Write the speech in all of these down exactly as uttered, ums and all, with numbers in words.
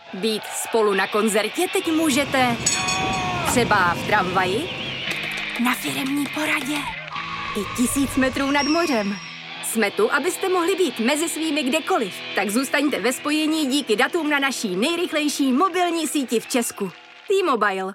Být spolu na koncertě teď můžete třeba v tramvaji, na firemní poradě i tisíc metrů nad mořem. Jsme tu, abyste mohli být mezi svými kdekoliv. Tak zůstaňte ve spojení díky datům na naší nejrychlejší mobilní síti v Česku. T-Mobile.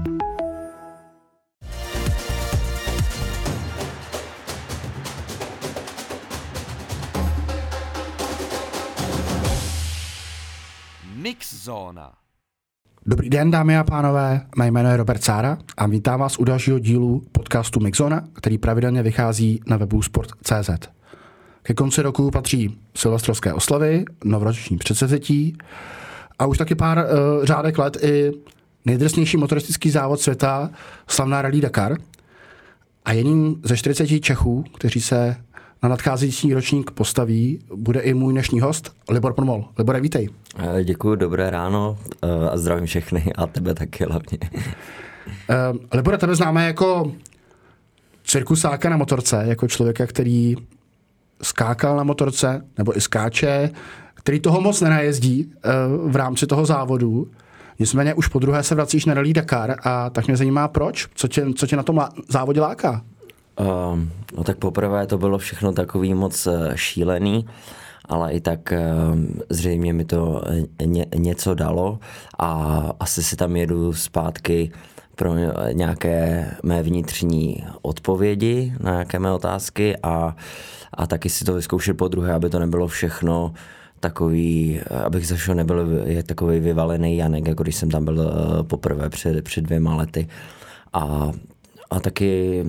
Mixzóna. Dobrý den, dámy a pánové, mé jméno je Robert Cára a vítám vás u dalšího dílu podcastu Mixzóna, který pravidelně vychází na webu sport tečka cé zet. Ke konci roku patří silvestrovské oslavy, novoroční předsevzetí a už taky pár uh, řádek let i nejdrsnější motoristický závod světa, slavná Rallye Dakar. A jedním ze čtyřiceti Čechů, kteří se na nadcházející ročník postaví, bude i můj dnešní host, Libor Prmol. Libore, vítej. Děkuji, dobré ráno a zdravím všechny a tebe taky hlavně. Uh, Libore, tebe známe jako cirkusáka na motorce, jako člověka, který skákal na motorce, nebo i skáče, který toho moc nenajezdí uh, v rámci toho závodu. Nicméně už po druhé se vracíš na Rallye Dakar a tak mě zajímá proč, co tě, co tě na tom lá- závodě láká? Uh, no tak poprvé to bylo všechno takový moc šílený, ale i tak uh, zřejmě mi to ně, něco dalo a asi si tam jedu zpátky pro nějaké mé vnitřní odpovědi na nějaké mé otázky a, a taky si to vyzkoušet po druhé, aby to nebylo všechno takový, abych zašel nebyl je takový vyvalený Janek, jako když jsem tam byl uh, poprvé před, před dvěma lety. A A taky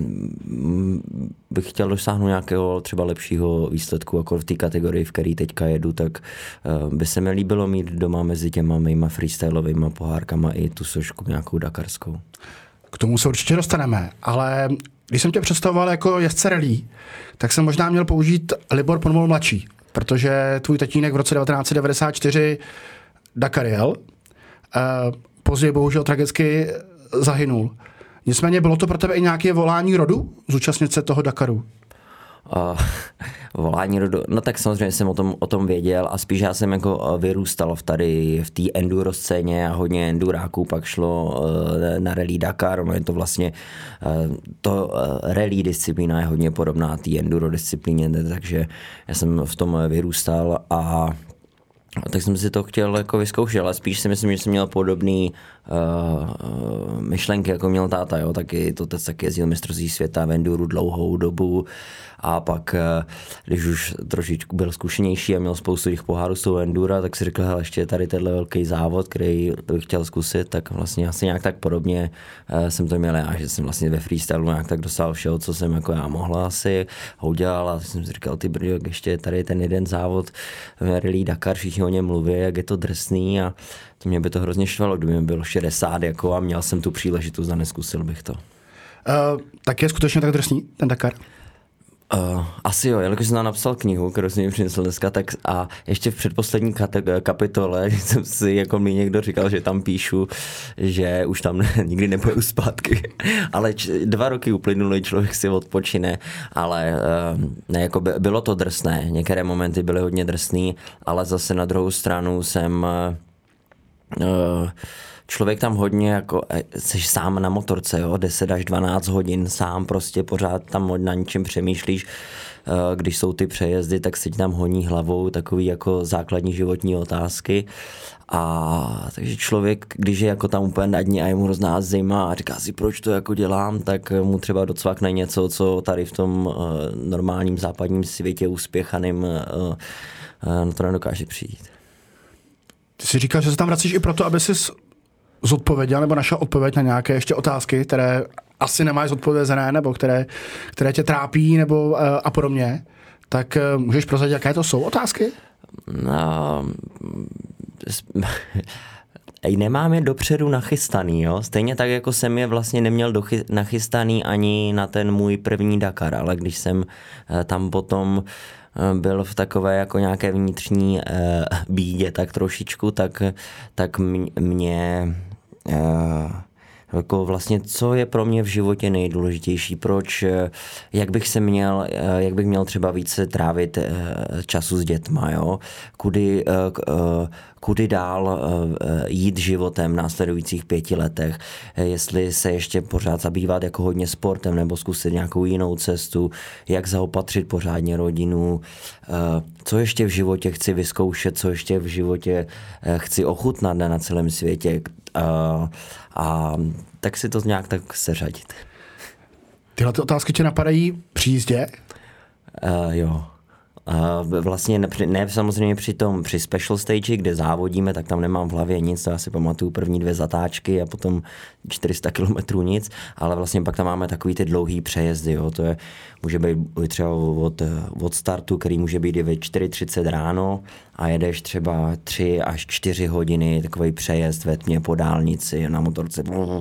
bych chtěl dosáhnout nějakého třeba lepšího výsledku, jako v té kategorii, v které teďka jedu, tak by se mi líbilo mít doma mezi těma mýma freestylovýma pohárkama i tu sošku nějakou dakarskou. K tomu se určitě dostaneme, ale když jsem tě představoval jako jezdce rallye, tak jsem možná měl použít Libor Prmol mladší, protože tvůj tatínek v roce devatenáct set devadesát čtyři Dakar jel, později bohužel tragicky zahynul. Nicméně bylo to pro tebe i nějaké volání rodu zúčastnit se toho Dakaru? Uh, volání rodu, no tak samozřejmě jsem o tom, o tom věděl a spíš já jsem jako vyrůstal v tady v té enduro scéně a hodně enduráků pak šlo uh, na Rallye Dakar, no je to vlastně uh, to uh, rally disciplína je hodně podobná té enduro disciplíně, takže já jsem v tom vyrůstal a A tak jsem si to chtěl jako vyzkoušet, ale spíš si myslím, že jsem měl podobný uh, myšlenky, jako měl táta, jo, taky to teď taky jezdil mistrovství světa v enduru dlouhou dobu a pak, uh, když už trošičku byl zkušenější a měl spoustu těch pohárů z toho endura, tak si řekl, hele, ještě je tady tenhle velký závod, který bych chtěl zkusit, tak vlastně asi nějak tak podobně uh, jsem to měl já, že jsem vlastně ve freestylu nějak tak dostal všeho, co jsem jako já mohla asi a udělal a jsem si říkal, ty brďo, ještě tady ten jeden závod Rallye Dakar, všichni o něm mluví, jak je to drsný a to mě by to hrozně štvalo, kdyby mi bylo šedesát jako a měl jsem tu příležitost a neskusil bych to. Uh, tak je skutečně tak drsný ten Dakar? Uh, asi jo, jelikož jsem napsal knihu, kterou jsem mi přinesl dneska, tak a ještě v předposlední kate- kapitole jsem si, jako mi někdo říkal, že tam píšu, že už tam ne, nikdy nepojedu zpátky, ale č- dva roky uplynuly, člověk si odpočine, ale uh, ne, jako by, bylo to drsné, některé momenty byly hodně drsný, ale zase na druhou stranu jsem uh, člověk tam hodně jako, seš sám na motorce, jo, deset až dvanáct hodin sám prostě pořád tam na ničem přemýšlíš, když jsou ty přejezdy, tak se ti tam honí hlavou takový jako základní životní otázky a takže člověk, když je jako tam úplně na dní a je mu hrozná zima a říká si, proč to jako dělám, tak mu třeba docvakne něco, co tady v tom normálním západním světě uspěchaným na to nedokáže přijít. Ty jsi říkal, že se tam vracíš i proto, aby jsi zodpověděl nebo našel odpověď na nějaké ještě otázky, které asi nemáš zodpovězené nebo které, které tě trápí nebo uh, a podobně. Tak uh, můžeš prozradit, jaké to jsou otázky? No, nemám je dopředu nachystaný, jo. Stejně tak, jako jsem je vlastně neměl dochy, nachystaný ani na ten můj první Dakar, ale když jsem uh, tam potom byl v takové jako nějaké vnitřní uh, bídě tak trošičku, tak, tak mě uh, Jako vlastně, co je pro mě v životě nejdůležitější, proč, jak bych se měl, jak bych měl třeba více trávit času s dětma, jo? Kudy, kudy dál jít životem v následujících pěti letech, jestli se ještě pořád zabývat jako hodně sportem nebo zkusit nějakou jinou cestu, jak zaopatřit pořádně rodinu, co ještě v životě chci vyzkoušet, co ještě v životě chci ochutnat na celém světě. A, a tak si to nějak tak seřadit. Tyhle otázky tě napadají při jízdě? Uh, jo. Uh, vlastně ne, ne samozřejmě při tom, při special stage, kde závodíme, tak tam nemám v hlavě nic, to já si pamatuju první dvě zatáčky a potom čtyři sta kilometrů nic, ale vlastně pak tam máme takový ty dlouhý přejezdy, jo, to je, může být třeba od, od startu, který může být i ve čtyři třicet ráno a jedeš třeba tři až čtyři hodiny, takový přejezd ve tmě po dálnici na motorce,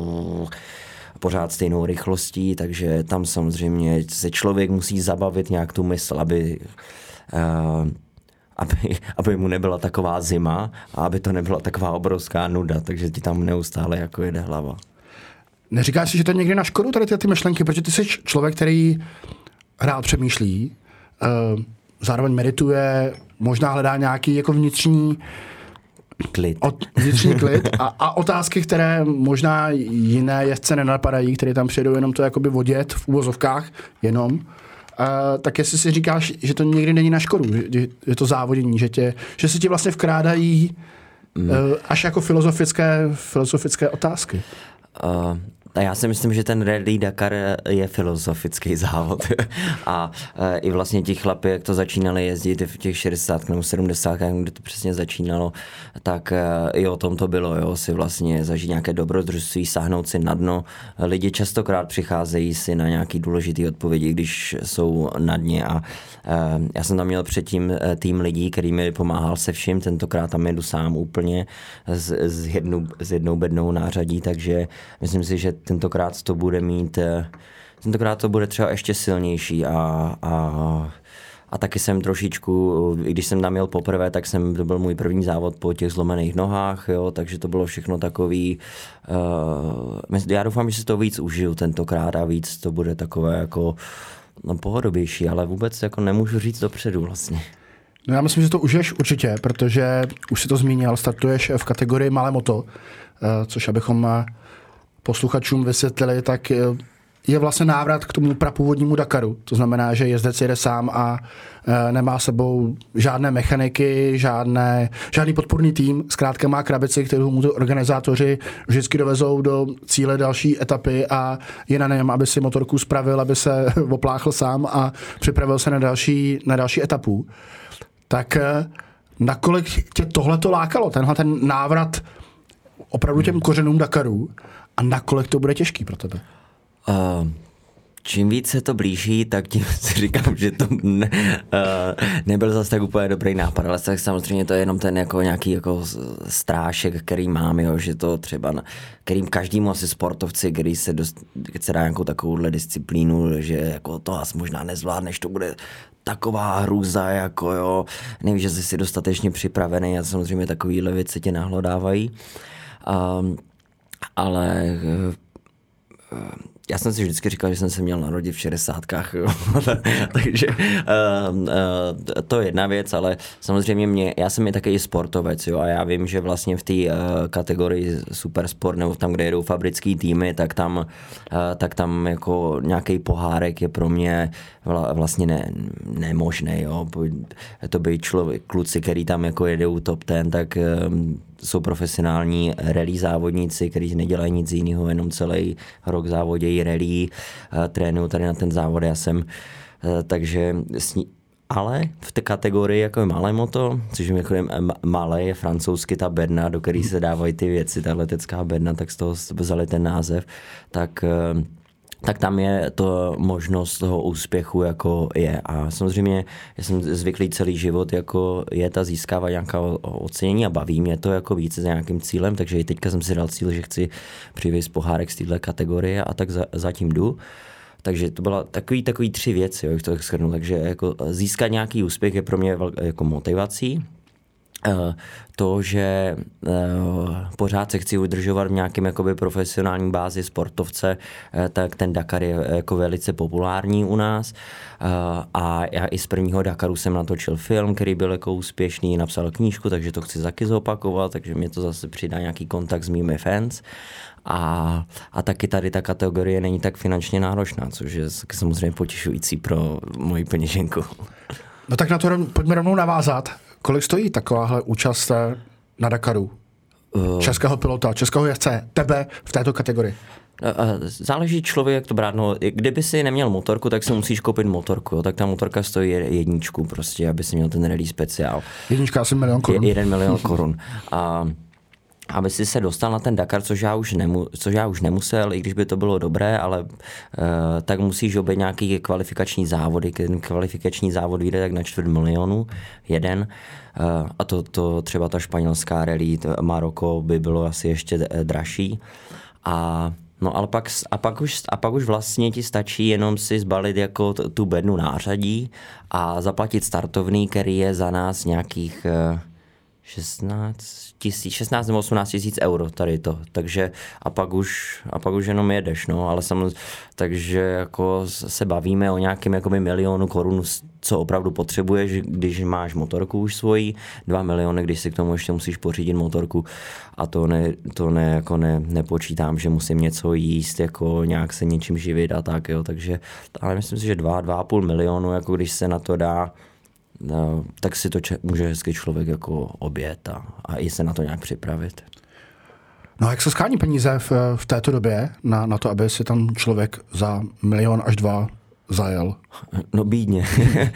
pořád stejnou rychlostí, takže tam samozřejmě se člověk musí zabavit nějak tu mysl, aby Uh, aby, aby mu nebyla taková zima a aby to nebyla taková obrovská nuda, takže ti tam neustále jako jede hlava. Neříkáš si, že to je někdy na škodu tady ty, ty myšlenky, protože ty jsi člověk, který rád přemýšlí, uh, zároveň medituje, možná hledá nějaký jako vnitřní klid, od, vnitřní klid a, a otázky, které možná jiné jezdce nenapadají, které tam přijedou jenom to jakoby vodět v uvozovkách jenom. Uh, tak jestli si říkáš, že to někdy není na škodu, že je to závodění, že, tě, že se ti vlastně vkrádají mm. uh, až jako filozofické, filozofické otázky. Uh, a já si myslím, že ten Rally Dakar je filozofický závod. A uh, i vlastně ti chlapi, jak to začínali jezdit v těch šedesátkách nebo sedmdesátkách, kde to přesně začínalo, tak uh, i o tom to bylo, jo, si vlastně zažít nějaké dobrodružství, sáhnout si na dno. Lidi častokrát přicházejí si na nějaký důležitý odpovědi, když jsou na dně a uh, já jsem tam měl předtím tým lidí, který mi pomáhal se vším, tentokrát tam jedu sám úplně s, s, jednou, s jednou bednou nářadí, takže myslím si, že tentokrát to bude mít, tentokrát to bude třeba ještě silnější a, a, a taky jsem trošičku, když jsem tam jel poprvé, tak jsem, to byl můj první závod po těch zlomených nohách, jo, takže to bylo všechno takový, uh, já doufám, že si to víc užiju tentokrát a víc to bude takové jako no, pohodobější, ale vůbec jako nemůžu říct dopředu vlastně. No já myslím, že to užiješ určitě, protože už si to zmínil, startuješ v kategorii malé moto, což abychom posluchačům vysvětlili, tak je vlastně návrat k tomu prapůvodnímu Dakaru. To znamená, že jezdec jede sám a nemá sebou žádné mechaniky, žádné, žádný podpůrný tým. Zkrátka má krabici, kterou mu organizátoři vždycky dovezou do cíle další etapy a je na něm, aby si motorku spravil, aby se opláchl sám a připravil se na další, na další etapu. Tak nakolik tě tohleto lákalo, tenhle ten návrat opravdu těm kořenům Dakaru a nakolik to bude těžký pro tebe? Uh, čím víc se to blíží, tak tím si říkám, že to ne, uh, nebyl zase tak úplně dobrý nápad, ale tak samozřejmě to je jenom ten jako nějaký jako strášek, který mám, jo, že to třeba, na, kterým každému asi sportovci, který se, dost, se dá nějakou takovouhle disciplínu, že jako to asi možná nezvládneš, to bude taková hrůza, jako jo, nevím, že jsi si dostatečně připravený a samozřejmě takovýhle věci tě nahlodávají. Um, ale uh, já jsem si vždycky říkal, že jsem se měl narodit v šedesátkách, jo. Takže uh, uh, to je jedna věc, ale samozřejmě mě, já jsem i taky sportovec, jo, a já vím, že vlastně v té uh, kategorii supersport nebo tam, kde jedou fabrický týmy, tak tam, uh, tak tam jako nějaký pohárek je pro mě vla, vlastně ne, nemožný, jo. To by člověk, kluci, který tam jako jedou top ten, tak um, jsou profesionální rally závodníci, kteří nedělají nic jiného, jenom celý rok závodějí rally, trénují tady na ten závod, já jsem, takže sní... ale v té kategorii jako je malé moto, což je jako malé, je francouzsky ta bedna, do které se dávají ty věci, ta letecká bedna, tak z toho vzali ten název, tak tak tam je to možnost toho úspěchu, jako je. A samozřejmě já jsem zvyklý celý život jako je ta získávat nějaká ocenění a baví mě to jako více za nějakým cílem, takže i teďka jsem si dal cíl, že chci přivést pohárek z této kategorie a tak za, zatím jdu. Takže to byla takový, takový tři věci, jo, to tak shrnu. Takže jako získat nějaký úspěch je pro mě jako motivací. to, že pořád se chci udržovat v nějakém jakoby profesionální bázi sportovce, tak ten Dakar je jako velice populární u nás. A já i z prvního Dakaru jsem natočil film, který byl jako úspěšný, napsal knížku, takže to chci taky zopakovat, takže mě to zase přidá nějaký kontakt s mými fans. A, a taky tady ta kategorie není tak finančně náročná, což je samozřejmě potěšující pro moji peněženku. No tak na to pojďme rovnou navázat. Kolik stojí takováhle účast na Dakaru? Uh, českého pilota, českého jezdce, tebe v této kategorii? Záleží člověk, jak to brát. No, kdyby si neměl motorku, tak si musíš koupit motorku. Jo. Tak ta motorka stojí jedničku prostě, aby si měl ten rally speciál. Jednička asi milion korun. Je, jeden milion korun. A aby si se dostal na ten Dakar, což já už, nemu, což já už nemusel, i když by to bylo dobré, ale uh, tak musíš obejít nějaký kvalifikační závody. Ten kvalifikační závod vyjde tak na čtvrt milionu, jeden. Uh, a to, to třeba ta španělská rally, Maroko by bylo asi ještě dražší. A no ale pak, a pak, už, a pak už vlastně ti stačí jenom si zbalit jako t, tu bednu nářadí a zaplatit startovný, který je za nás nějakých uh, šestnáct tisíc, šestnáct nebo osmnáct tisíc euro tady to, takže a pak už, a pak už jenom jedeš, no, ale samozřejmě, takže jako se bavíme o nějakém jakoby milionu korun, co opravdu potřebuješ, když máš motorku už svoji, dva miliony, když si k tomu ještě musíš pořídit motorku a to ne, to ne, jako ne, nepočítám, že musím něco jíst, jako nějak se něčím živit a tak, jo, takže, ale myslím si, že dva, dva a půl milionu, jako když se na to dá, no, tak si to če- může hezky člověk jako objet a, a i se na to nějak připravit. No a jak se schání peníze v, v této době na, na to, aby si tam člověk za milion až dva zajel? No bídně.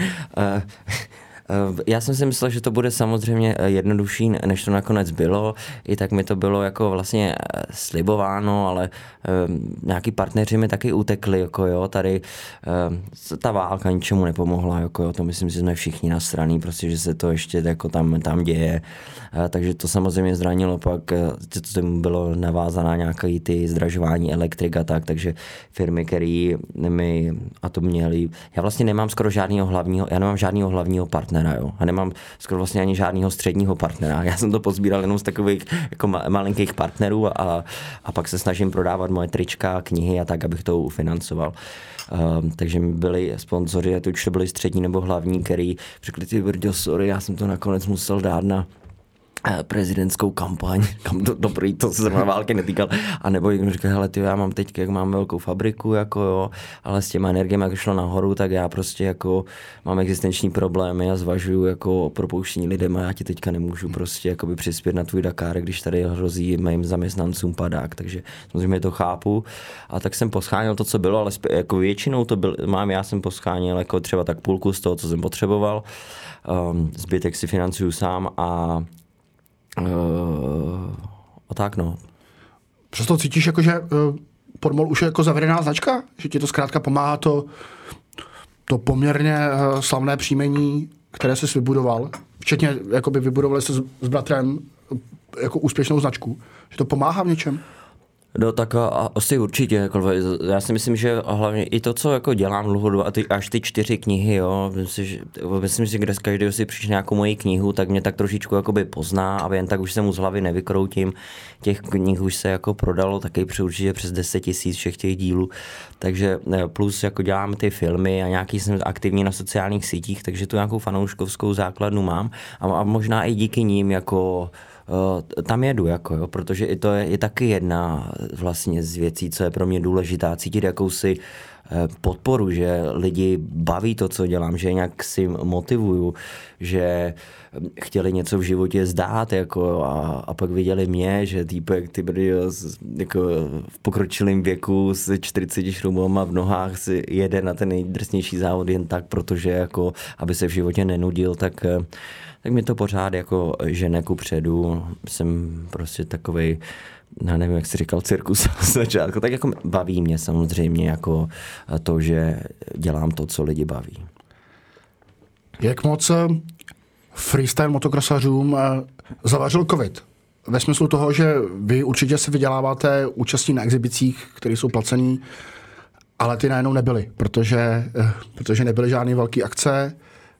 Já jsem si myslel, že to bude samozřejmě jednodušší, než to nakonec bylo. I tak mi to bylo jako vlastně slibováno, ale um, nějaký partneři mi taky utekli, jako jo, tady um, ta válka ničemu nepomohla, jako jo, to myslím, že jsme všichni nasraný, prostě, že se to ještě jako tam, tam děje. Uh, takže to samozřejmě zranilo, pak to bylo navázaná nějaké ty zdražování elektrik a tak, takže firmy, které mi a to měli, já vlastně nemám skoro žádného hlavního, já nemám žádného hlavního partnera. Jo. A nemám skoro vlastně ani žádného středního partnera. Já jsem to pozbíral jenom z takových jako malinkých partnerů a, a pak se snažím prodávat moje trička, knihy a tak, abych to ufinancoval. Um, takže mi byli sponzoři, a to už to byli střední nebo hlavní, který řekli, ty brďo, sorry, já jsem to nakonec musel dát na prezidentskou kampaň, kam do, dobrý, to se zrovna války netýkal, a nebo někdo říká, hele ty, já mám teď, jak mám velkou fabriku, jako jo, ale s těma energiemi, jak šlo nahoru, tak já prostě jako mám existenční problémy a zvažuju jako propouštění lidem a já ti teďka nemůžu prostě jakoby přispět na tvůj Dakar, když tady hrozí mým zaměstnancům padák, takže samozřejmě to chápu a tak jsem poschánil to, co bylo, ale jako většinou to byl, mám, já jsem poschánil jako třeba tak půlku z toho, co jsem potřeboval, um, zbytek si financuju sám a Uh, a tak no. Přesto cítíš, jako, že uh, Podmol už je jako zavedená značka? Že ti to zkrátka pomáhá to, to poměrně uh, slavné příjmení, které jsi vybudoval? Včetně, jakoby vybudovali jste s, s bratrem uh, jako úspěšnou značku. Že to pomáhá v něčem? No tak a, asi určitě, jako, já si myslím, že hlavně i to, co jako dělám dlouhodobě, a ty, až ty čtyři knihy, jo, myslím, že, myslím, že když každý si přijde nějakou moji knihu, tak mě tak trošičku jakoby pozná a jen tak už se mu z hlavy nevykroutím. Těch knih už se jako prodalo taky při určitě přes deset tisíc všech těch dílů, takže plus jako dělám ty filmy a nějaký jsem aktivní na sociálních sítích, takže tu nějakou fanouškovskou základnu mám a, a možná i díky ním jako Uh, tam jedu, jako jo, protože i to je, je taky jedna vlastně z věcí, co je pro mě důležitá, cítit jakousi uh, podporu, že lidi baví to, co dělám, že nějak si motivuju, že chtěli něco v životě zdát, jako a, a pak viděli mě, že týpek, ty brdy, jako v pokročilém věku s čtyřiceti šroubama v nohách si jede na ten nejdrsnější závod jen tak, protože jako, aby se v životě nenudil, tak tak mi to pořád jako žene kupředu, jsem prostě takovej, já nevím, jak jsi říkal, cirkus z začátku, tak jako baví mě samozřejmě jako to, že dělám to, co lidi baví. Jak moc freestyle motokrosařům zavařil covid? Ve smyslu toho, že vy určitě si vyděláváte účastí na exhibicích, které jsou placený, ale ty najednou nebyly, protože, protože nebyly žádné velké akce,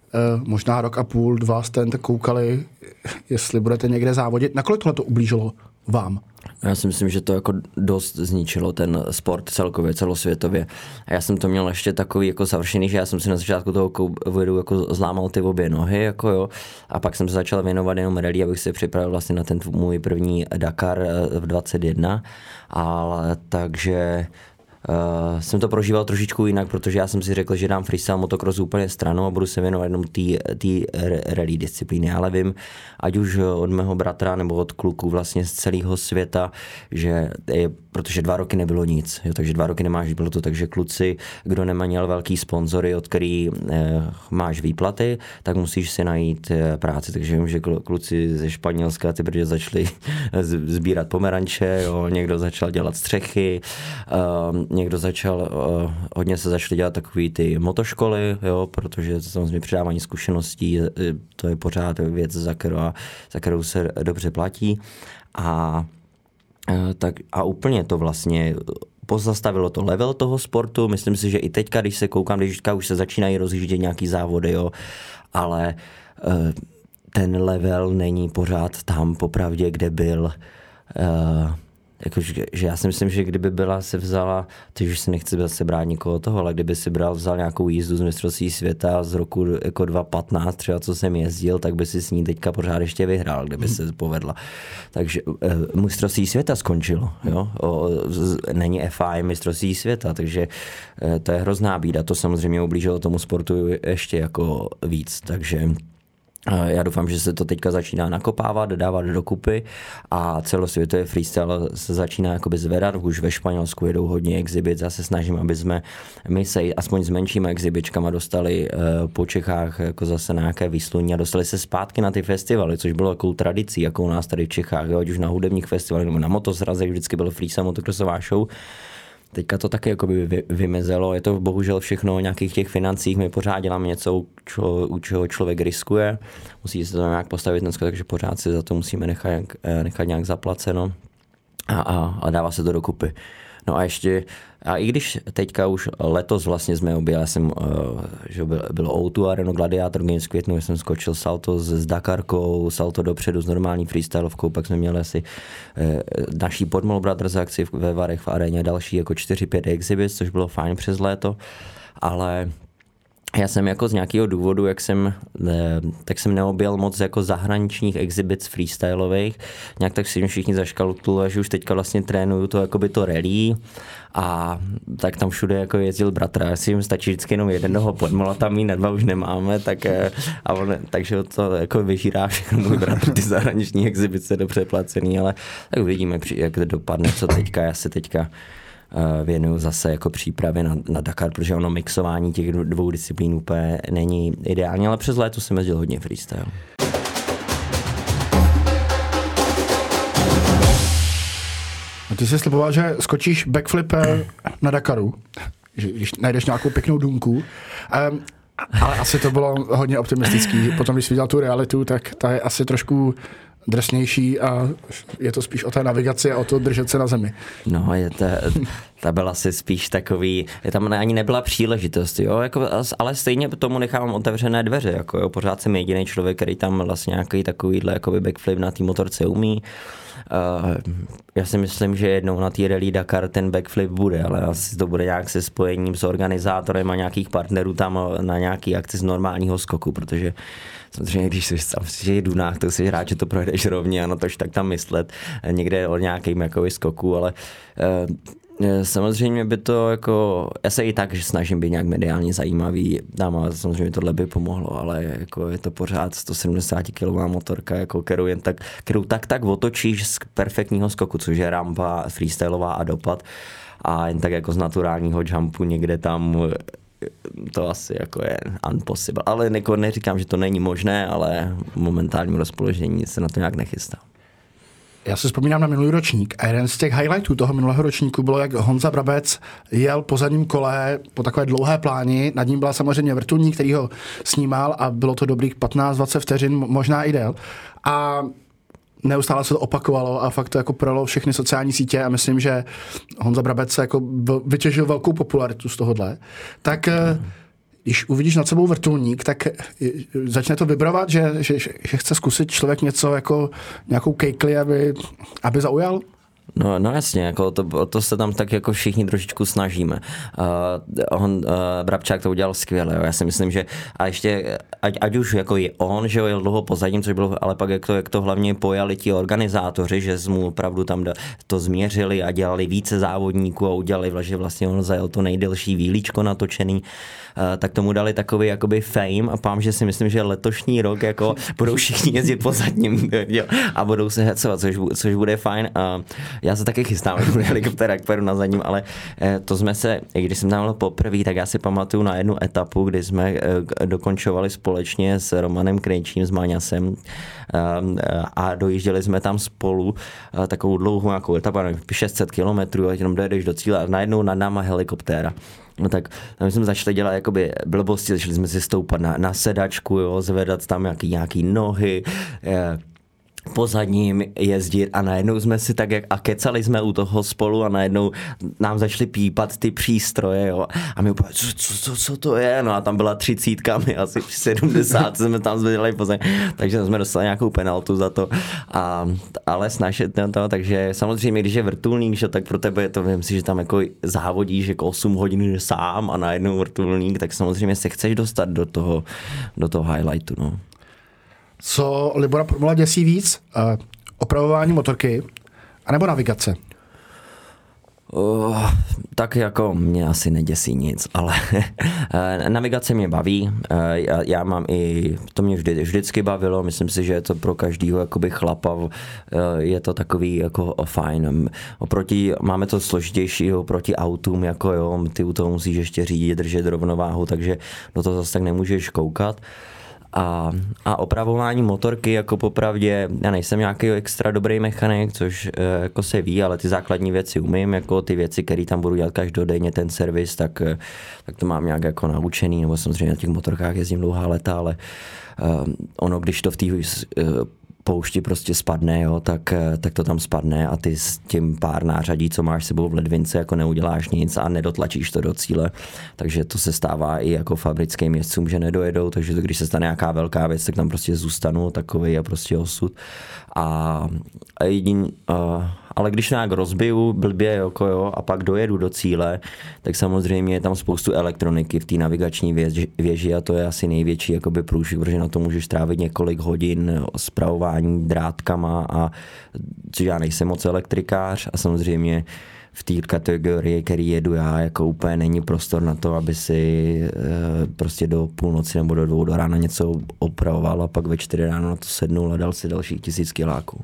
možná rok a půl, dva jste tak koukali, jestli budete někde závodit. Nakolik tohle to ublížilo vám? Já si myslím, že to jako dost zničilo ten sport celkově, celosvětově. A já jsem to měl ještě takový jako završený, že já jsem si na začátku toho covidu jako zlámal ty obě nohy, jako jo. A pak jsem se začal věnovat jenom rally, abych se připravil vlastně na ten můj první Dakar v dvacet jedna. Ale takže Uh, jsem to prožíval trošičku jinak, protože já jsem si řekl, že dám freestyle motocross úplně stranou a budu se věnovat jenom té rally disciplíny. Ale vím, ať už od mého bratra nebo od kluků vlastně z celého světa, že je, protože dva roky nebylo nic, jo, takže dva roky nemáš výplatu, takže kluci, kdo neměl velký sponzory, od který eh, máš výplaty, tak musíš si najít eh, práci. Takže vím, že kluci ze Španělska ty protože začali sbírat pomeranče, jo, někdo začal dělat střechy, eh, někdo začal, uh, hodně se začaly dělat takový ty motoškoly, jo, protože samozřejmě předávání zkušeností, to je pořád věc, za kterou, za kterou se dobře platí. A, uh, tak, a úplně to vlastně pozastavilo to level toho sportu. Myslím si, že i teďka, když se koukám, když už se začínají rozjíždět nějaký závody, jo, ale uh, ten level není pořád tam popravdě, kde byl uh, Jako, že, že já si myslím, že kdyby byla se vzala, teď už si nechci se brát nikoho toho, ale kdyby si bral, vzal nějakou jízdu z mistrovství světa z roku jako dva tisíce patnáct, třeba co jsem jezdil, tak by si s ní teďka pořád ještě vyhrál, kdyby se povedla. Takže e, mistrovství světa skončilo, jo? O, z, není F I mistrovství světa, takže e, to je hrozná bída. To samozřejmě ublížilo tomu sportu ještě jako víc, takže já doufám, že se to teďka začíná nakopávat, dávat dokupy a celosvětový freestyle se začíná jakoby zvedat. Už ve Španělsku jedou hodně exhibit. Já se snažím, aby jsme my se aspoň s menšíma exhibičkama dostali po Čechách jako zase na nějaké výsluní a dostali se zpátky na ty festivaly, což bylo jakou tradicí, jako u nás tady v Čechách, jo, ať už na hudebních festivalech nebo na motosrazech vždycky byl freestyle motocrossová show. Teďka to taky jakoby vymezelo, je to bohužel všechno o nějakých těch financích, my pořád děláme něco, čo, u čeho člověk riskuje, musí se to nějak postavit dneska, takže pořád si za to musíme nechat, nechat nějak zaplaceno a, a, a dává se to dokupy. No a ještě, a i když teďka už letos vlastně jsme objeli, já jsem, že bylo O dva Arena Gladiator, v květnu jsem skočil salto s Dakarkou, salto dopředu s normální freestylovkou, pak jsme měli asi naší Podmol Brothers akci ve Varech v aréně, další jako čtyři pět exhibits, což bylo fajn přes léto, ale já jsem jako z nějakého důvodu, jak jsem, tak jsem neobjel moc jako zahraničních exhibits freestylových. Nějak tak si všichni zaškalkulovali, že už teďka vlastně trénuju to jakoby to rally a tak tam všude jako jezdil bratr. Já si jim stačí vždycky jenom jednoho podmola, tam jí na dva už nemáme, tak, a on, takže to jako vyžírá všechno můj bratr, ty zahraniční exhibice dobře placený, ale tak uvidíme, jak to dopadne, co teďka, já se teďka věnuju zase jako přípravě na, na Dakar, protože ono mixování těch dvou disciplín úplně není ideální, ale přes léto jsem jezdil hodně freestyle. A ty jsi sliboval, že skočíš backflip na Dakaru, že když najdeš nějakou pěknou důmku, um, ale asi to bylo hodně optimistický. Potom, když jsi viděl tu realitu, tak ta je asi trošku drsnější a je to spíš o té navigaci a o to držet se na zemi. No, je to, ta byla asi spíš takový, je tam ani nebyla příležitost, jo, jako, ale stejně tomu nechávám otevřené dveře, jako jo, pořád jsem jediný člověk, který tam vlastně nějaký takovýhle jakoby backflip na té motorce umí. Uh, já si myslím, že jednou na té Rally Dakar ten backflip bude, ale asi to bude nějak se spojením s organizátorem a nějakých partnerů tam na nějaký akci z normálního skoku, protože samozřejmě, když jsi tam v dunách, tak si rád, že to projdeš rovně a na tož tak tam myslet někde o nějakým jakoby skoku, ale uh, samozřejmě by to jako, já se i tak, že snažím být nějak mediálně zajímavý, dám, ale samozřejmě tohle by pomohlo, ale jako je to pořád sto sedmdesát kilová motorka, jako kterou jen tak, kterou tak tak otočíš z perfektního skoku, což je rampa freestylová a dopad a jen tak jako z naturálního jumpu někde tam to asi jako je impossible, ale jako neříkám, že to není možné, ale momentálním rozpoložení se na to nějak nechystám. Já si vzpomínám na minulý ročník a jeden z těch highlightů toho minulého ročníku bylo, jak Honza Brabec jel po zadním kole po takové dlouhé pláni, nad ním byla samozřejmě vrtulník, který ho snímal a bylo to dobrých patnáct dvacet vteřin, možná i déle. A neustále se to opakovalo a fakt to jako prolo všechny sociální sítě a myslím, že Honza Brabec se jako vytěžil velkou popularitu z tohohle. Tak když uvidíš nad sebou vrtulník, tak začne to vibrovat, že, že, že chce zkusit člověk něco jako nějakou kejkli, aby, aby zaujal? No, no jasně, jako to, to se tam tak jako všichni trošičku snažíme. Uh, on, uh, Brabčák to udělal skvěle, jo. Já si myslím, že a ještě, ať, ať už jako je on, že jo, jel dlouho pozadím, což bylo, ale pak jak to, jak to hlavně pojali ti organizátoři, že mu opravdu tam to změřili a dělali více závodníků a udělali, že vlastně on zajel to nejdelší výlíčko natočený, uh, tak tomu dali takový jakoby fame a pám, že si myslím, že letošní rok jako budou všichni jezdit pozadním jo, a budou se hecovat, což, což bude fajn. Uh, Já se taky chystám, že bude helikoptéra, jak pojedu na zadním, ale to jsme se, když jsem tam byl poprvé, tak já si pamatuju na jednu etapu, kdy jsme dokončovali společně s Romanem Krejčím, s Maňasem a dojížděli jsme tam spolu takovou dlouhou nějakou etapu, šest set kilometrů a jenom dojedeš do cíle a najednou nad náma helikoptéra. No tak my jsme začali dělat jakoby blbosti, začali jsme si stoupat na, na sedačku, jo, zvedat tam nějaký, nějaký nohy, po zadním jezdit a najednou jsme si tak jak a kecali jsme u toho spolu a najednou nám začaly pípat ty přístroje, jo. A my úplně, co, co, co, co to je? No a tam byla třicítka, my asi sedmdesát jsme tam zvedali po zadním, takže jsme dostali nějakou penaltu za to. A, ale snažit to, takže samozřejmě, když je vrtulník, že, tak pro tebe je to, vím si, že tam jako závodíš jako osm hodin sám a najednou vrtulník, tak samozřejmě se chceš dostat do toho, do toho highlightu, no. Co Libora Promula děsí víc? Uh, opravování motorky anebo navigace? Uh, tak jako mě asi neděsí nic, ale navigace mě baví. Uh, já, já mám i, to mě vždy, vždycky bavilo, myslím si, že je to pro každýho jakoby chlapa, uh, je to takový jako fajn. Oproti, máme to složitější oproti autům, jako jo, ty u toho musíš ještě řídit, držet rovnováhu, takže do toho zase tak nemůžeš koukat. A, a opravování motorky, jako popravdě, já nejsem nějaký extra dobrý mechanik, což e, jako se ví, ale ty základní věci umím, jako ty věci, které tam budu dělat každodenně, ten servis, tak, tak to mám nějak jako naučený, nebo samozřejmě na těch motorkách jezdím dlouhá leta, ale e, ono, když to v té e, poušti prostě spadne, jo, tak, tak to tam spadne a ty s tím pár nářadí, co máš sebou v ledvince, jako neuděláš nic a nedotlačíš to do cíle. Takže to se stává i jako fabrickým jezdcům, že nedojedou, takže to, když se stane nějaká velká věc, tak tam prostě zůstanou, takovej a prostě osud. A, a jedin, uh, ale když nějak rozbiju blbě, jako jo, a pak dojedu do cíle, tak samozřejmě je tam spoustu elektroniky v té navigační věži, věži a to je asi největší jakoby průšvih, protože na to můžeš trávit několik hodin spravování drátkama a což já nejsem moc elektrikář a samozřejmě v té kategorii, který jedu já, jako úplně není prostor na to, aby si e, prostě do půlnoci nebo do dvou do rána něco opravoval a pak ve čtyři ráno na to sednul a dal si dalších tisíc kiláků.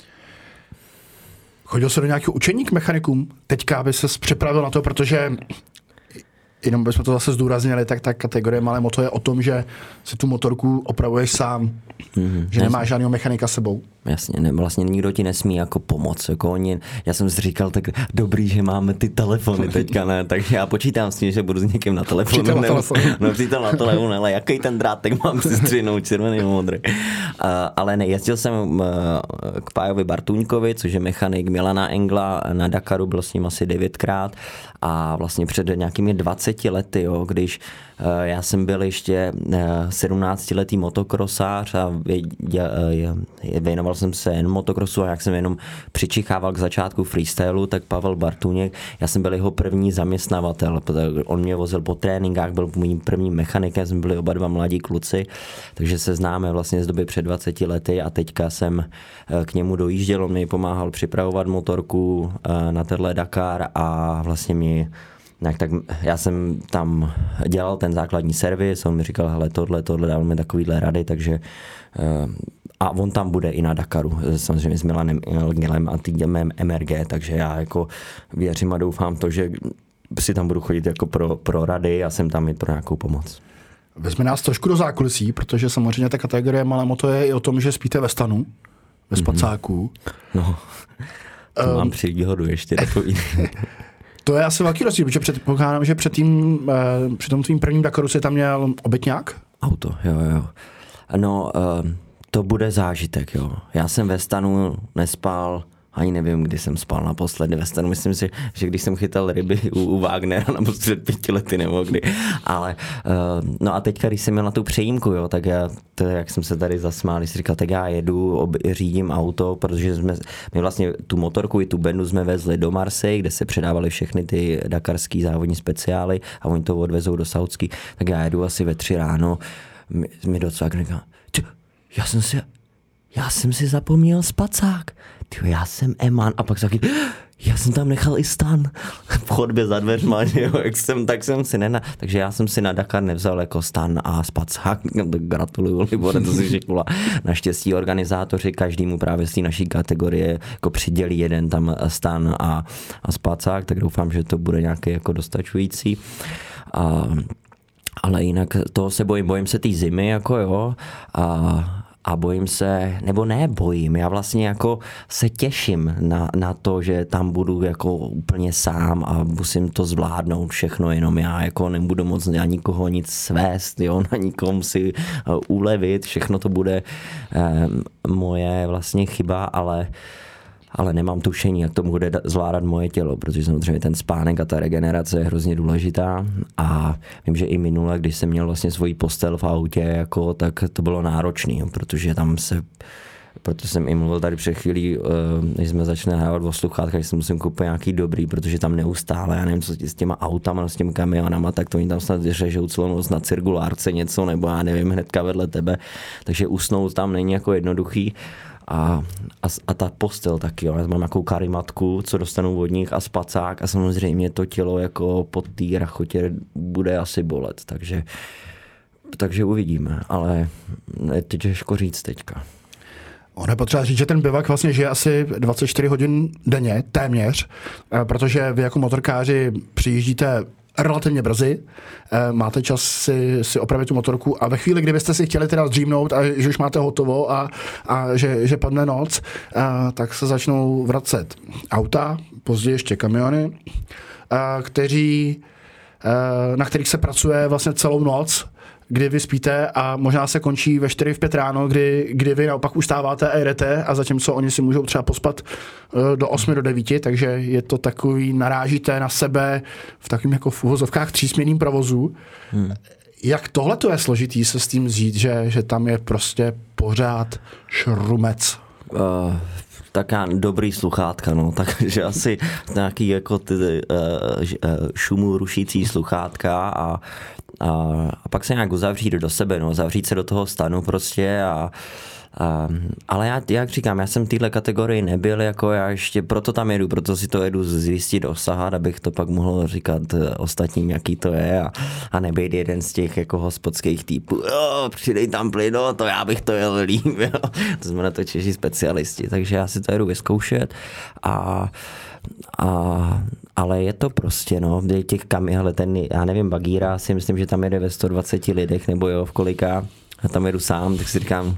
Chodil jsi do nějakého učení k mechanikům? Teďka, aby ses připravil na to, protože jenom bychom to zase zdůraznili, tak ta kategorie malé moto je o tom, že si tu motorku opravuješ sám, mm-hmm, že nemáš žádného mechanika s sebou. Jasně, ne, vlastně nikdo ti nesmí jako pomoct. Jako oni, já jsem si říkal, tak dobrý, že máme ty telefony teďka, ne, takže já počítám s tím, že budu s někým na telefonu. Přítel na telefonu. No, přítel na telefonu, ale jaký ten drátek mám si střihnout, červený nebo modrý. Uh, ale ne, jezdil jsem uh, k Pájovi Bartůňkovi, což je mechanik Milana Engla, na Dakaru byl s ním asi devětkrát a vlastně před nějakými dvaceti lety, jo, když uh, já jsem byl ještě uh, sedmnáctiletý motokrosář a věnoval jsem se jen motokrosu a jak jsem jenom přičichával k začátku freestylu, tak Pavel Bartůněk, já jsem byl jeho první zaměstnavatel, on mě vozil po tréninkách, byl mým prvním mechanikem, jsme byli oba dva mladí kluci, takže se známe vlastně z doby před dvaceti lety a teďka jsem k němu dojížděl, on mi pomáhal připravovat motorku na tenhle Dakar a vlastně mi tak, tak já jsem tam dělal ten základní servis, on mi říkal, hele, tohle, tohle, dal mi takovýhle rady, takže a on tam bude i na Dakaru, samozřejmě s Milanem Engelem a týmem M R G, takže já jako věřím a doufám to, že si tam budu chodit jako pro, pro rady a jsem tam i pro nějakou pomoc. Vezme nás trošku do zákulisí, protože samozřejmě ta kategorie malé moto je i o tom, že spíte ve stanu, ve spacáku. Mm-hmm. No, to um, mám příhodu ještě takový. To je asi velký rozdíl, protože předpokládám, že před tím, eh, při tom tvým prvním Dakaru si tam měl obytňák? Auto, jo, jo. No, eh, to bude zážitek, jo. Já jsem ve stanu nespal ani nevím, kdy jsem spal naposledy ve stanu. Myslím si, že když jsem chytal ryby u, u Wagnera nebo před pěti lety nebo kdy. Ale uh, no a teďka, když jsem měl na tu přejímku, jo, tak já, to, jak jsem se tady zasmál, když jsem říkal, tak já jedu, ob, řídím auto, protože jsme, my vlastně tu motorku i tu bendu jsme vezli do Marseille, kde se předávaly všechny ty dakarský závodní speciály a oni to odvezou do Saudský, tak já jedu asi ve tři ráno, mi, mi docvak říká, já jsem si, já jsem si zapomněl spacák, tyjo, já jsem Eman a pak taky, já jsem tam nechal i stan v chodbě za dveřma, jo, jak jsem, tak jsem si nena, takže já jsem si na Dakar nevzal jako stan a spacák, gratuluju, Libore, to si řekla. Naštěstí organizátoři každému právě z té naší kategorie jako přidělí jeden tam stan a, a spacák, tak doufám, že to bude nějaký jako dostačující. A, ale jinak toho se bojím, bojím se té zimy, jako jo, a A bojím se, nebo ne bojím, já vlastně jako se těším na, na to, že tam budu jako úplně sám a musím to zvládnout všechno, jenom já jako nebudu moc na nikoho nic svést, jo, na nikom si ulevit, všechno to bude eh, moje vlastně chyba, ale ale nemám tušení, jak to bude zvládat moje tělo, protože samozřejmě ten spánek a ta regenerace je hrozně důležitá a vím, že i minule, když jsem měl vlastně svoji postel v autě, jako, tak to bylo náročný, protože tam se, proto jsem i mluvil tady před chvílí, než jsme začali hrávat o sluchátkách, že si musím koupit nějaký dobrý, protože tam neustále, já nevím, co s těma autama, s těmi kamionama, tak to oni tam snad řežou celou noc na cirkulárce něco, nebo já nevím, hnedka vedle tebe, takže usnout tam není jako jednoduchý. A, a, a ta postel taky, jo. Já mám nějakou karimatku, co dostanu od nich a spacák a samozřejmě to tělo jako pod té rachotě bude asi bolet, takže, takže uvidíme, ale je to těžko říct teďka. Ono je potřeba říct, že ten bivak vlastně žije asi dvacet čtyři hodin denně, téměř, protože vy jako motorkáři přijíždíte relativně brzy, máte čas si, si opravit tu motorku a ve chvíli, kdybyste si chtěli teda zdřímnout a že už máte hotovo a, a že, že padne noc, a, tak se začnou vracet auta, později ještě kamiony, a, kteří, a, na kterých se pracuje vlastně celou noc, kdy vy spíte a možná se končí ve čtyři, v pět ráno, kdy, kdy vy naopak ustáváte a jedete a zatímco oni si můžou třeba pospat do osmi, do devíti, takže je to takový, narážíte na sebe v takovým jako v uvozovkách třísměnným provozu. Hmm. Jak tohle to je složitý se s tím zjít, že, že tam je prostě pořád šrumec? Uh. Tak já dobrý sluchátka, no, takže asi nějaký jako ty uh, šumu rušící sluchátka a, a, a pak se nějak uzavřít do sebe, no, zavřít se do toho stanu prostě a Uh, ale já, jak říkám, já jsem v téhle kategorii nebyl, jako já ještě, proto tam jedu, proto si to jedu zjistit, osahat, abych to pak mohl říkat ostatním, jaký to je a, a nebejt jeden z těch jako hospodských týpů, jo, přidej tam plyn, no, to já bych to jel líp, jo. To jsme na to Češi specialisti, takže já si to jedu vyzkoušet a A, ale je to prostě, no, těch kam, ale ten, já nevím, Bagíra si myslím, že tam jede ve sto dvaceti lidech, nebo jo, v kolika, a tam jedu sám, tak si říkám,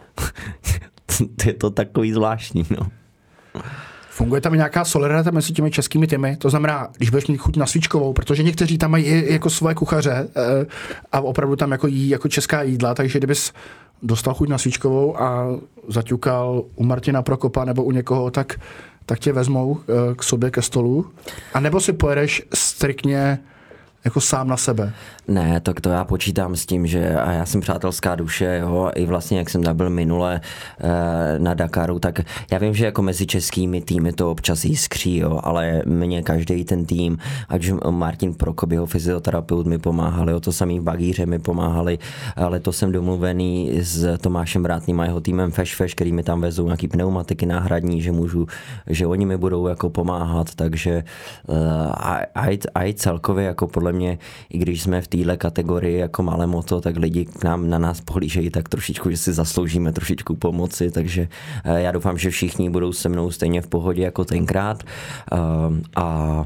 je to takový zvláštní, no. Funguje tam nějaká solidarita mezi těmi českými týmy? To znamená, když budeš mít chuť na svíčkovou, protože někteří tam mají i jako svoje kuchaře a opravdu tam jako jí jako česká jídla, takže kdybys dostal chuť na svíčkovou a zaťukal u Martina Prokopa nebo u někoho, tak, tak tě vezmou k sobě ke stolu? A nebo si pojedeš striktně jako sám na sebe? Ne, tak to já počítám s tím, že a já jsem přátelská duše, jo, i vlastně jak jsem tam byl minule e, na Dakaru, tak já vím, že jako mezi českými týmy to občas jiskří, jo, ale mě každý ten tým, ať Martin Prokop, jeho fyzioterapeut mi pomáhali, jo, to samý v Bagíře mi pomáhali, ale to jsem domluvený s Tomášem Vrátným a jeho týmem Feš Feš, který mi tam vezou nějaký pneumatiky náhradní, že můžu, že oni mi budou jako pomáhat, takže e, a, a, a i celkově jako podle mě, i když jsme v téhle kategorii jako malé moto, tak lidi k nám na nás pohlížejí tak trošičku, že si zasloužíme trošičku pomoci, takže já doufám, že všichni budou se mnou stejně v pohodě jako tenkrát a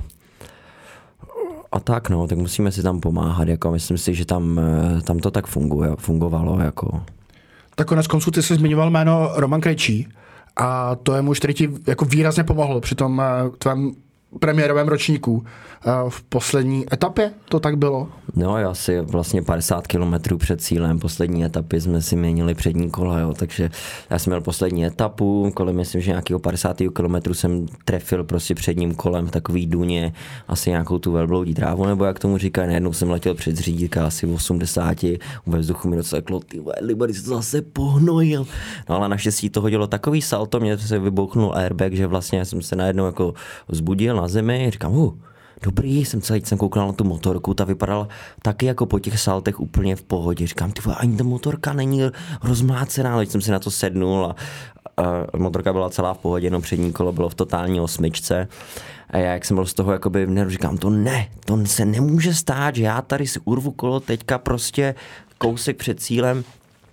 a tak no, tak musíme si tam pomáhat, jako myslím si, že tam, tam to tak funguje, fungovalo, jako. Tak konec konců ty jsi zmiňoval jméno Roman Krejčí a to je muž, který ti jako výrazně pomohl při tom tvém premiérovém ročníku. V poslední etapě to tak bylo? No, asi vlastně padesát kilometrů před cílem poslední etapy jsme si měnili přední kola, jo, takže já jsem měl poslední etapu, kolem myslím, že nějakého padesátého kilometru jsem trefil prostě předním kolem v takový důně asi nějakou tu velbloudí trávu, nebo jak tomu říkají, najednou jsem letěl před řídíka asi v osmdesáti, ve vzduchu mi docela klo, ty Libody se to zase pohnojil. No ale naštěstí to hodilo takový salto, mě se vybouchnul airbag, že vlastně jsem se najednou jako vzbudil na zemi, říkám, uh, dobrý, jsem celý jsem koukal na tu motorku, ta vypadala taky jako po těch saltech úplně v pohodě. Říkám, ty vole, ani ta motorka není rozmlácená, ale jsem si na to sednul a, a motorka byla celá v pohodě, jenom přední kolo bylo v totální osmičce. A já, jak jsem byl z toho jakoby v neru, říkám, to ne, to se nemůže stát, že já tady si urvu kolo teďka prostě kousek před cílem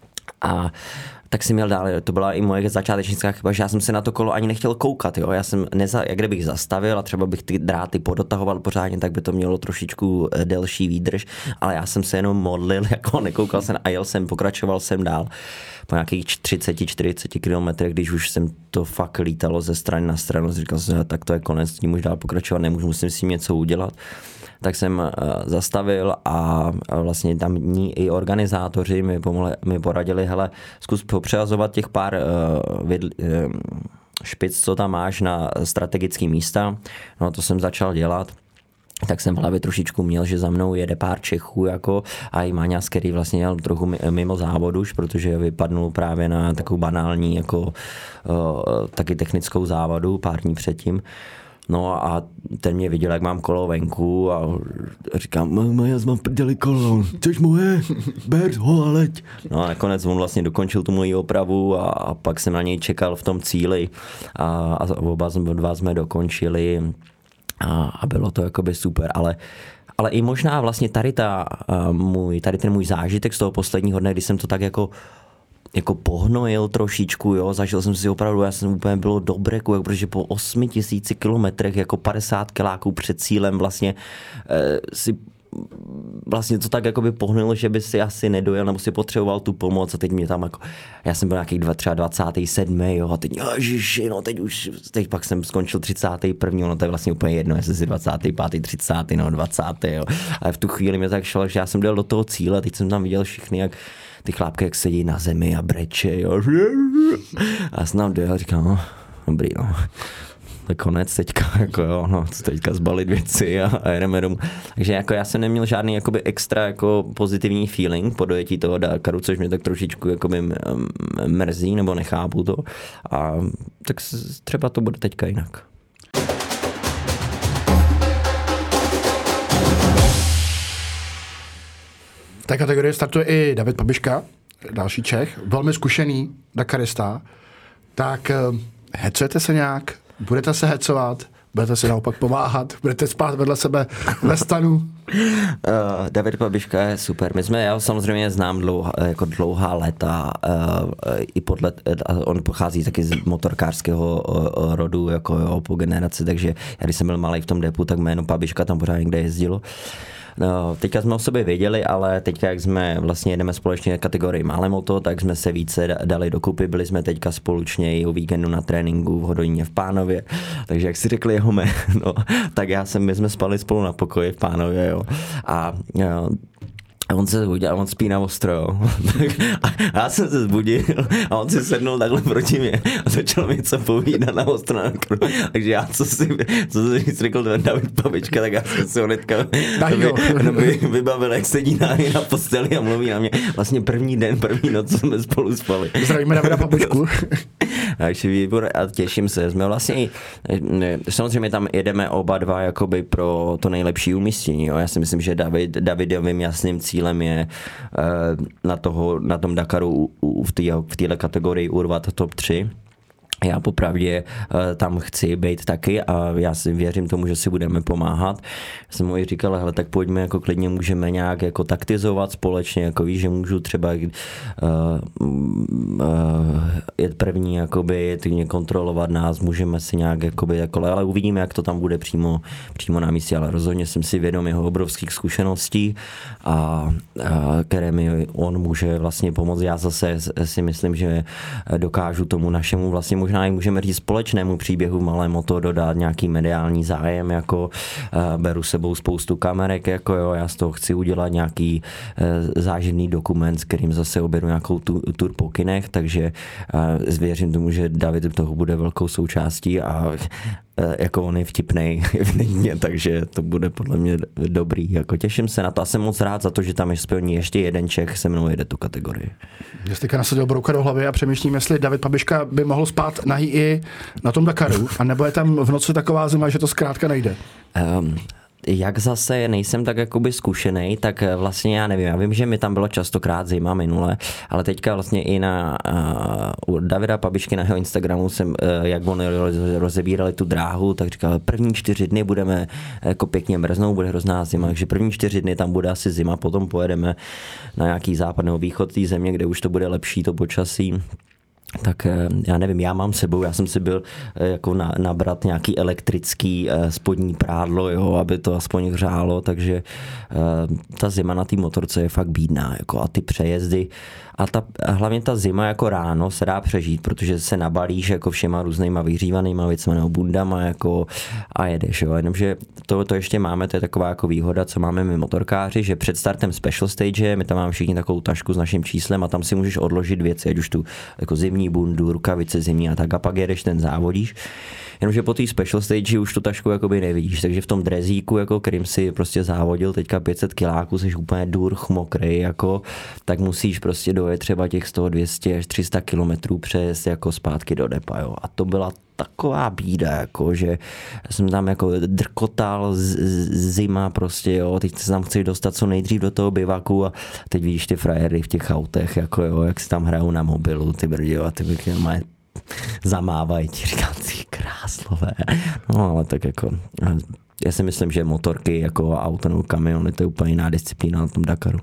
a tak jsem měl dál, to byla i moje začátečnická chyba, že já jsem se na to kolo ani nechtěl koukat, jo, já jsem, neza, jak kdybych zastavil a třeba bych ty dráty podotahoval pořádně, tak by to mělo trošičku delší výdrž, ale já jsem se jenom modlil, jako nekoukal jsem a jel jsem, pokračoval jsem dál po nějakých třicet čtyřicet kilometrech, když už jsem to fakt lítalo ze strany na stranu, říkal jsem, tak to je konec, tím už dál pokračovat nemůžu, musím si něco udělat. Tak jsem zastavil a vlastně tamní i organizátoři mi, pomohli, mi poradili, hele, zkus popřehazovat těch pár uh, vidl, uh, špic, co tam máš na strategické místa. No to jsem začal dělat. Tak jsem v hlavě trošičku měl, že za mnou jede pár Čechů jako a i Maňas, který vlastně jel trochu mimo závod už, protože vypadnul právě na takovou banální jako uh, taky technickou závodu pár dní předtím. No a ten mě viděl, jak mám kolo venku a říkám, Majas, mám v prdeli kolo, což moje, ber ho a leď. No a nakonec on vlastně dokončil tu moji opravu a, a pak jsem na něj čekal v tom cíli a, a oba dva jsme dokončili a, a bylo to jakoby super, ale ale i možná vlastně tady, ta, můj, tady ten můj zážitek z toho posledního dne, kdy jsem to tak jako jako pohnojil trošičku, jo, zažil jsem si opravdu, já jsem úplně bylo dobré, protože po osmi tisíci kilometrech jako padesát kiláků před cílem vlastně eh, si vlastně to tak jako by pohnilo, že by si asi nedojel nebo si potřeboval tu pomoc a teď mě tam jako, já jsem byl nějaký třeba dvacátý sedmý jo, a teď ježiši, no teď už, teď pak jsem skončil třicátý první no to je vlastně úplně jedno, jestli si dvacátý pátý třicátý no dvacátý jo, ale v tu chvíli mě tak šlo, že já jsem dojel do toho cíle, teď jsem tam viděl všichni, jak ty chlápky, jak sedí na zemi a breče, jo. A já jsem tam dojel, říkám, no, dobrý, no. To je konec teďka, jako jo, no, teďka zbalit věci a, a jedeme domů. Takže jako já jsem neměl žádný jakoby extra jako pozitivní feeling po dojetí toho Dakaru, což mě tak trošičku jakoby mrzí, nebo nechápu to. A tak třeba to bude teďka jinak. V té kategorii startuje i David Pabiška, další Čech, velmi zkušený dakarista. Tak hecujete se nějak? Budete se hecovat? Budete si naopak pomáhat? Budete spát vedle sebe ve stanu? Uh, David Pabiška je super. My jsme, já samozřejmě znám dlouhá, jako dlouhá léta, uh, i podle, uh, on pochází taky z motorkářského uh, rodu, jako jo, po generaci, takže já když jsem byl malý v tom depu, tak jméno Pabiška tam pořád někde jezdilo. No, teďka jsme o sobě věděli, ale teďka, jak jsme vlastně jedeme společně kategorii Malé moto, tak jsme se více dali dokupy, byli jsme teďka společně i o víkendu na tréninku v Hodoníně v Pánově, takže jak si řekli jeho jméno, tak já jsem, my jsme spali spolu na pokoji v Pánově, jo. A jo, a on se zbudil a on spí na ostro, jo. A já jsem se zbudil a on si sednul takhle proti mě a začal mi něco povídat na ostro na krku. Takže já, co si, co si řekl David Pabička, tak já jsem si ho hnedka vy, vybavil, jak sedí na, na posteli a mluví na mě. Vlastně první den, první noc, co jsme spolu spali. Zdravíme Davida Pabičku. Takže výbor a těším se. Jsme vlastně, samozřejmě tam jedeme oba dva jakoby pro to nejlepší umístění. Jo. Já si myslím, že David, Davidovým jasným cílem je na, toho, na tom Dakaru v této kategorii urvat top tři. Já popravdě tam chci být taky a já si věřím tomu, že si budeme pomáhat. Já jsem mu i říkal, hele, tak pojďme, jako klidně můžeme nějak jako taktizovat společně, jako víš, že můžu třeba uh, uh, jet první, jakoby, ty mě kontrolovat nás, můžeme si nějak, jakoby, jako, ale uvidíme, jak to tam bude přímo, přímo na místě, ale rozhodně jsem si vědom jeho obrovských zkušeností, a, a, které mi on může vlastně pomoct. Já zase si myslím, že dokážu tomu našemu vlastně možná i můžeme říct společnému příběhu malé moto dodat nějaký mediální zájem, jako uh, beru sebou spoustu kamerek, jako jo, já z toho chci udělat nějaký uh, záživný dokument, s kterým zase objedu nějakou tu, tur po kinech, takže uh, věřím tomu, že David toho bude velkou součástí a jako on je vtipnej, takže to bude podle mě dobrý. Jako těším se na to a jsem moc rád za to, že tam je ještě jeden Čech se mnou jede tu kategorii. Já jsi teďka nasadil brouka do hlavy a přemýšlím, jestli David Pabiška by mohl spát nahý i na tom Dakaru, a nebo je tam v noci taková zima, že to zkrátka nejde. Um, Jak zase nejsem tak jakoby zkušenej, tak vlastně já nevím, já vím, že mi tam bylo častokrát zima minule, ale teďka vlastně i na uh, u Davida Pabišky na jeho Instagramu jsem, uh, jak on rozebírali tu dráhu, tak říkal, první čtyři dny budeme jako pěkně mrznout, bude hrozná zima, takže první čtyři dny tam bude asi zima, potom pojedeme na nějaký západ nebo východ té země, kde už to bude lepší to počasí. Tak já nevím, já mám sebou, já jsem si byl jako na, nabrat nějaký elektrický spodní prádlo, jo, aby to aspoň hřálo, takže ta zima na té motorce je fakt bídná, jako a ty přejezdy a, ta, a hlavně ta zima jako ráno se dá přežít, protože se nabalíš jako všema různýma vyhřívanýma věcma nebo bundama jako a jedeš, jo, jenomže to, to ještě máme, to je taková jako výhoda, co máme my motorkáři, že před startem special stage, my tam máme všichni takovou tašku s naším číslem a tam si můžeš odložit věci, ať už tu jako zimní bundu, rukavice zimní a tak a pak jedeš ten závodíš. Jenomže po té special stage už tu tašku jakoby nevidíš, takže v tom drezíku, jako kterým si prostě závodil teďka pět set kiláků, jsi úplně durch, mokrý, jako, tak musíš prostě dojet třeba těch sto, dvě stě až tři sta kilometrů přes jako zpátky do depa, jo. A to byla taková bída, jako, že jsem tam jako drkotal z, z, zima prostě, jo, teď se tam chceš dostat co nejdřív do toho bivaku a teď vidíš ty frajery v těch autech, jako jo, jak si tam hrajou na mobilu, ty brdio a ty byky mají zamávají ti, říkám, ty kráslové. No ale tak jako, já si myslím, že motorky jako auto nebo kamiony, to je úplně jiná disciplína na tom Dakaru.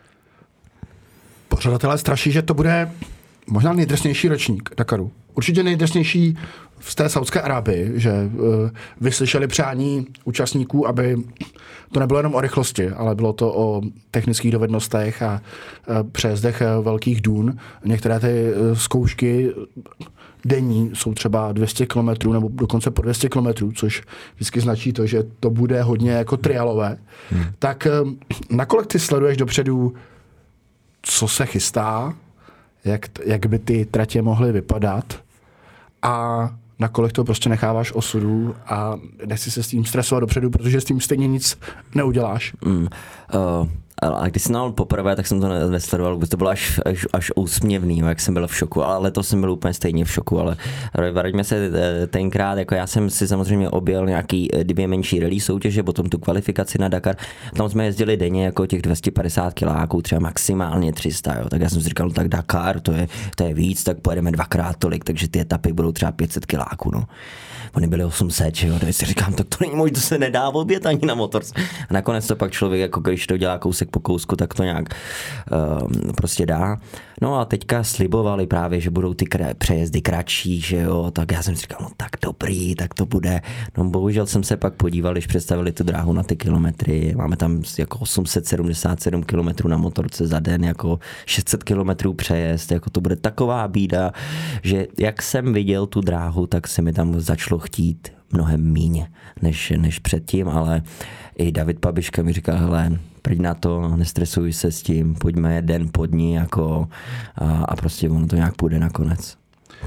Pořadatelé straší, že to bude možná nejdrsnější ročník Dakaru. Určitě nejdrsnější v té Saudské Arábii, že uh, vyslyšeli přání účastníků, aby to nebylo jenom o rychlosti, ale bylo to o technických dovednostech a uh, přejezdech uh, velkých dún. Některé ty uh, zkoušky denní jsou třeba dvě stě kilometrů nebo dokonce po dvě stě kilometrů, což vždycky značí to, že to bude hodně jako trialové. Hmm. Tak uh, nakolik ty sleduješ dopředu, co se chystá, jak, jak by ty tratě mohly vypadat a nakolik to prostě necháváš osudu a nechci se s tím stresovat dopředu, protože s tím stejně nic neuděláš. Mm, uh, a když jsem dal poprvé, tak jsem to nesledoval, to bylo až, až, až úsměvný, jak jsem byl v šoku, ale letos jsem byl úplně stejně v šoku, ale vraťme se tenkrát, jako já jsem si samozřejmě objel nějaký dvě menší rally soutěže, potom tu kvalifikaci na Dakar, tam jsme jezdili denně jako těch dvě stě padesát kiláků, třeba maximálně tři sta, jo. Tak já jsem si říkal, no tak Dakar, to je, to je víc, tak pojedeme dvakrát tolik, takže ty etapy budou třeba pět set kiláků, no. Oni byli osm set, jo, tak si říkám, tak to není možné, to se nedá obět ani na motorce. A nakonec to pak člověk, jako když to dělá kousek po kousku, tak to nějak um, prostě dá. No a teďka slibovali právě, že budou ty kra- přejezdy kratší, že jo, tak já jsem si říkal, no tak dobrý, tak to bude. No bohužel jsem se pak podíval, když představili tu dráhu na ty kilometry, máme tam jako osm set sedmdesát sedm kilometrů na motorce za den, jako šest set kilometrů přejezd, jako to bude taková bída, že jak jsem viděl tu dráhu, tak se mi tam začalo chtít mnohem míň než, než předtím, ale i David Pabiška mi říkal, hele, pojď na to, nestresuj se s tím, pojďme den po dní jako, a, a prostě ono to nějak půjde nakonec.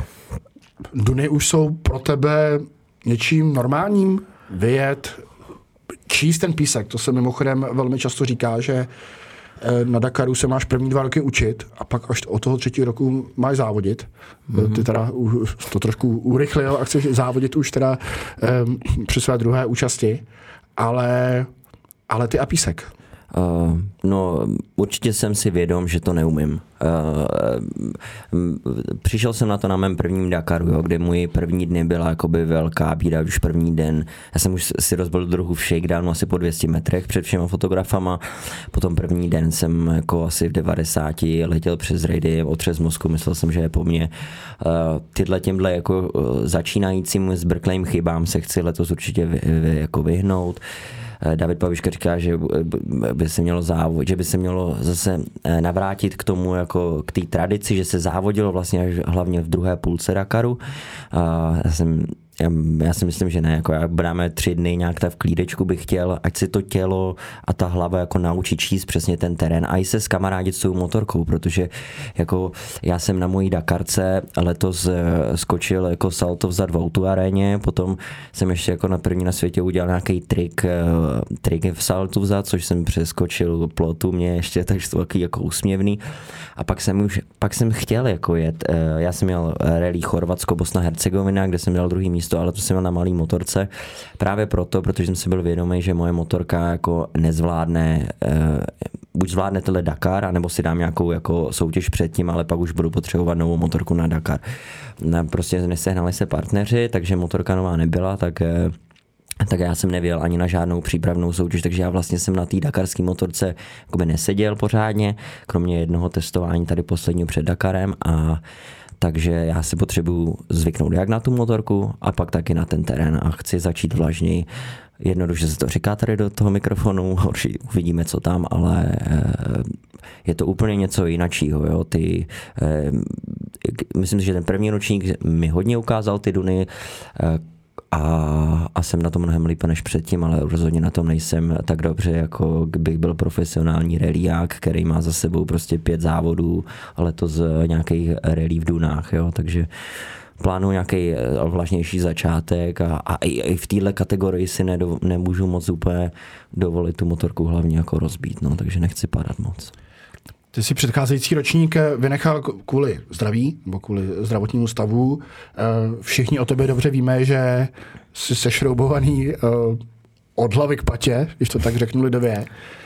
Duny už jsou pro tebe něčím normálním? Vyjet, číst ten písek, to se mimochodem velmi často říká, že na Dakaru se máš první dva roky učit a pak až od toho třetí roku máš závodit. Mm-hmm. Ty teda to trošku urychlil a chceš závodit už teda um, při své druhé účasti, ale, ale ty a písek. Uh, no, určitě jsem si vědom, že to neumím. Uh, přišel jsem na to na mém prvním Dakaru, jo, kde můj první dny byla jakoby velká bída, už první den. Já jsem už si rozbil druhu v shakedownu asi po dvě stě metrech před všema fotografama. Potom první den jsem jako asi v devadesáti letěl přes rejdy, otřes mozku, myslel jsem, že je po mně. Uh, tyhle těmhle jako začínajícím zbrklým chybám se chci letos určitě vy, vy, jako vyhnout. David Paviška říká, že by se mělo závod, že by se mělo zase navrátit k tomu, jako k té tradici, že se závodilo vlastně až hlavně v druhé půlce Dakaru. Já jsem Já, já si myslím, že ne, jako já dáme tři dny nějak tak v klídečku bych chtěl, ať si to tělo a ta hlava jako naučí číst přesně ten terén a i se skamarádit s tou motorkou, protože jako já jsem na mojí Dakarce letos skočil jako salto vzad v Outu aréně, potom jsem ještě jako na první na světě udělal nějaký trik, trik v saltu vzad, což jsem přeskočil plotu mě ještě, takže to takový jako úsměvný. A pak jsem už, pak jsem chtěl jako jet, já jsem měl rally Chorvatsko, Bosna, Hercegovina, kde jsem dal druhý místo, ale to jsem měl na malý motorce. Právě proto, protože jsem si byl vědomý, že moje motorka jako nezvládne, buď zvládne tenhle Dakar, anebo si dám nějakou jako soutěž předtím, ale pak už budu potřebovat novou motorku na Dakar. Prostě nesehnali se partneři, takže motorka nová nebyla, tak tak já jsem nevěl ani na žádnou přípravnou soutěž, takže já vlastně jsem na té dakarské motorce jakoby neseděl pořádně, kromě jednoho testování tady posledního před Dakarem, a takže já si potřebuju zvyknout jak na tu motorku a pak taky na ten terén a chci začít vlažněji. Jednoduše se to říká tady do toho mikrofonu, horší uvidíme, co tam, ale je to úplně něco jinačího. Jo? Ty, myslím si, že ten první ročník mi hodně ukázal ty duny, A, a jsem na tom mnohem líp než předtím, ale rozhodně na tom nejsem tak dobře, jako bych byl profesionální rallyák, který má za sebou prostě pět závodů, ale to z nějakých rally v dunách, jo, takže plánuji nějaký vlažnější začátek a, a i, i v téhle kategorii si nedo, nemůžu moc úplně dovolit tu motorku hlavně jako rozbít, no, takže nechci padat moc. Ty jsi předcházející ročník vynechal kvůli zdraví, nebo kvůli zdravotnímu stavu. Všichni o tobě dobře víme, že jsi sešroubovaný od hlavy k patě, když to tak řeknu lidově.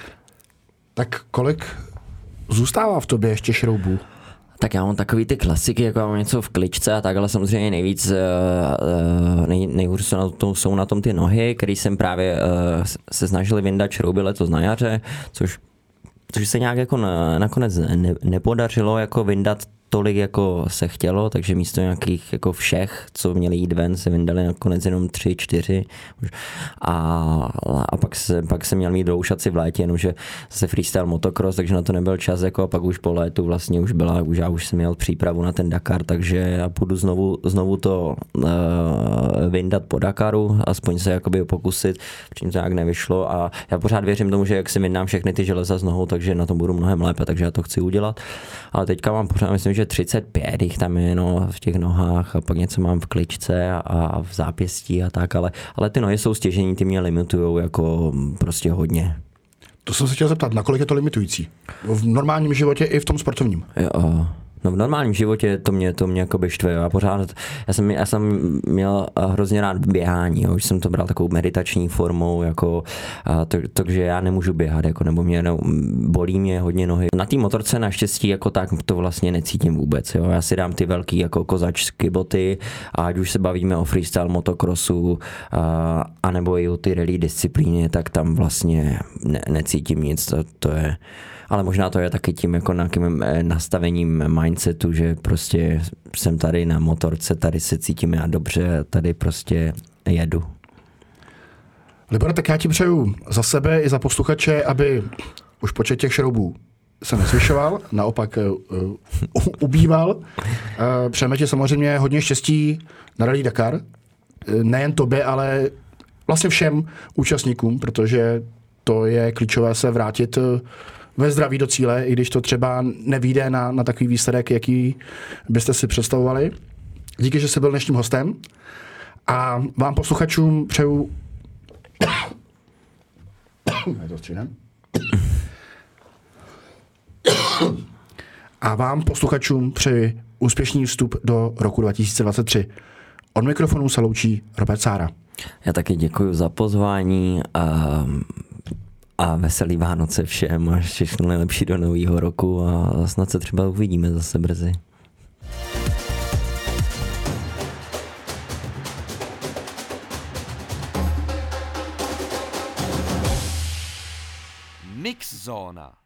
Tak kolik zůstává v tobě ještě šroubů? Tak já mám takový ty klasiky, jako já mám něco v kličce a tak, ale samozřejmě nejvíc, nej, nejhůř jsou na, tom, jsou na tom ty nohy, který jsem právě se snažil vyndat šrouby letos na jaře, což což se nějak jako na, nakonec ne, nepodařilo jako vyndat tolik, jako se chtělo, takže místo nějakých jako všech, co měli jít ven, se vyndali nakonec jenom tři, čtyři. A, a pak, se, pak se měl mít doušat si v létě, jenomže se freestyle motocross, takže na to nebyl čas, jako a pak už po létu vlastně už byla, už já už jsem měl přípravu na ten Dakar, takže já půjdu znovu, znovu to uh, vyndat po Dakaru, aspoň se jakoby pokusit, čím to nějak nevyšlo, a já pořád věřím tomu, že jak si vyndám všechny ty železa z nohou, takže na tom budu mnohem lépe, takže já to chci udělat. Ale teďka mám pořád, myslím, že třicet pět jich tam je, no, v těch nohách, a pak něco mám v kličce a, a v zápěstí a tak, ale, ale ty nohy jsou stěžení, ty mě limitujou jako prostě hodně. To jsem se chtěl zeptat, nakolik je to limitující? V normálním životě i v tom sportovním? Jo. No v normálním životě to mě, to mě jakoby štve. Já pořád, já jsem, já jsem měl hrozně rád běhání, jo. Už jsem to bral takovou meditační formou, jako, to, takže já nemůžu běhat, jako, nebo mě no, bolí mě hodně nohy. Na té motorce naštěstí jako tak to vlastně necítím vůbec, jo. Já si dám ty velký jako kozačské boty, a ať už se bavíme o freestyle motocrossu, a, anebo i o ty rally disciplíně, tak tam vlastně ne, necítím nic, to, to je... Ale možná to je taky tím jako nějakým nastavením mindsetu, že prostě jsem tady na motorce, tady se cítím já dobře, tady prostě jedu. Libore, tak já ti přeju za sebe i za posluchače, aby už počet těch šroubů se nezvyšoval, naopak uh, ubýval. Uh, přejeme ti samozřejmě hodně štěstí na Rally Dakar. Nejen tobě, ale vlastně všem účastníkům, protože to je klíčové se vrátit ve zdraví do cíle, i když to třeba nevyjde na, na takový výsledek, jaký byste si představovali. Díky, že jsi byl dnešním hostem. A vám posluchačům přeju... A vám posluchačům přeji úspěšný vstup do roku dva tisíce dvacet tři. Od mikrofonu se loučí Robert Sára. Já taky děkuji za pozvání a, a veselý Vánoce všem a všechno nejlepší do nového roku a snad se třeba uvidíme zase brzy. Mix Zóna.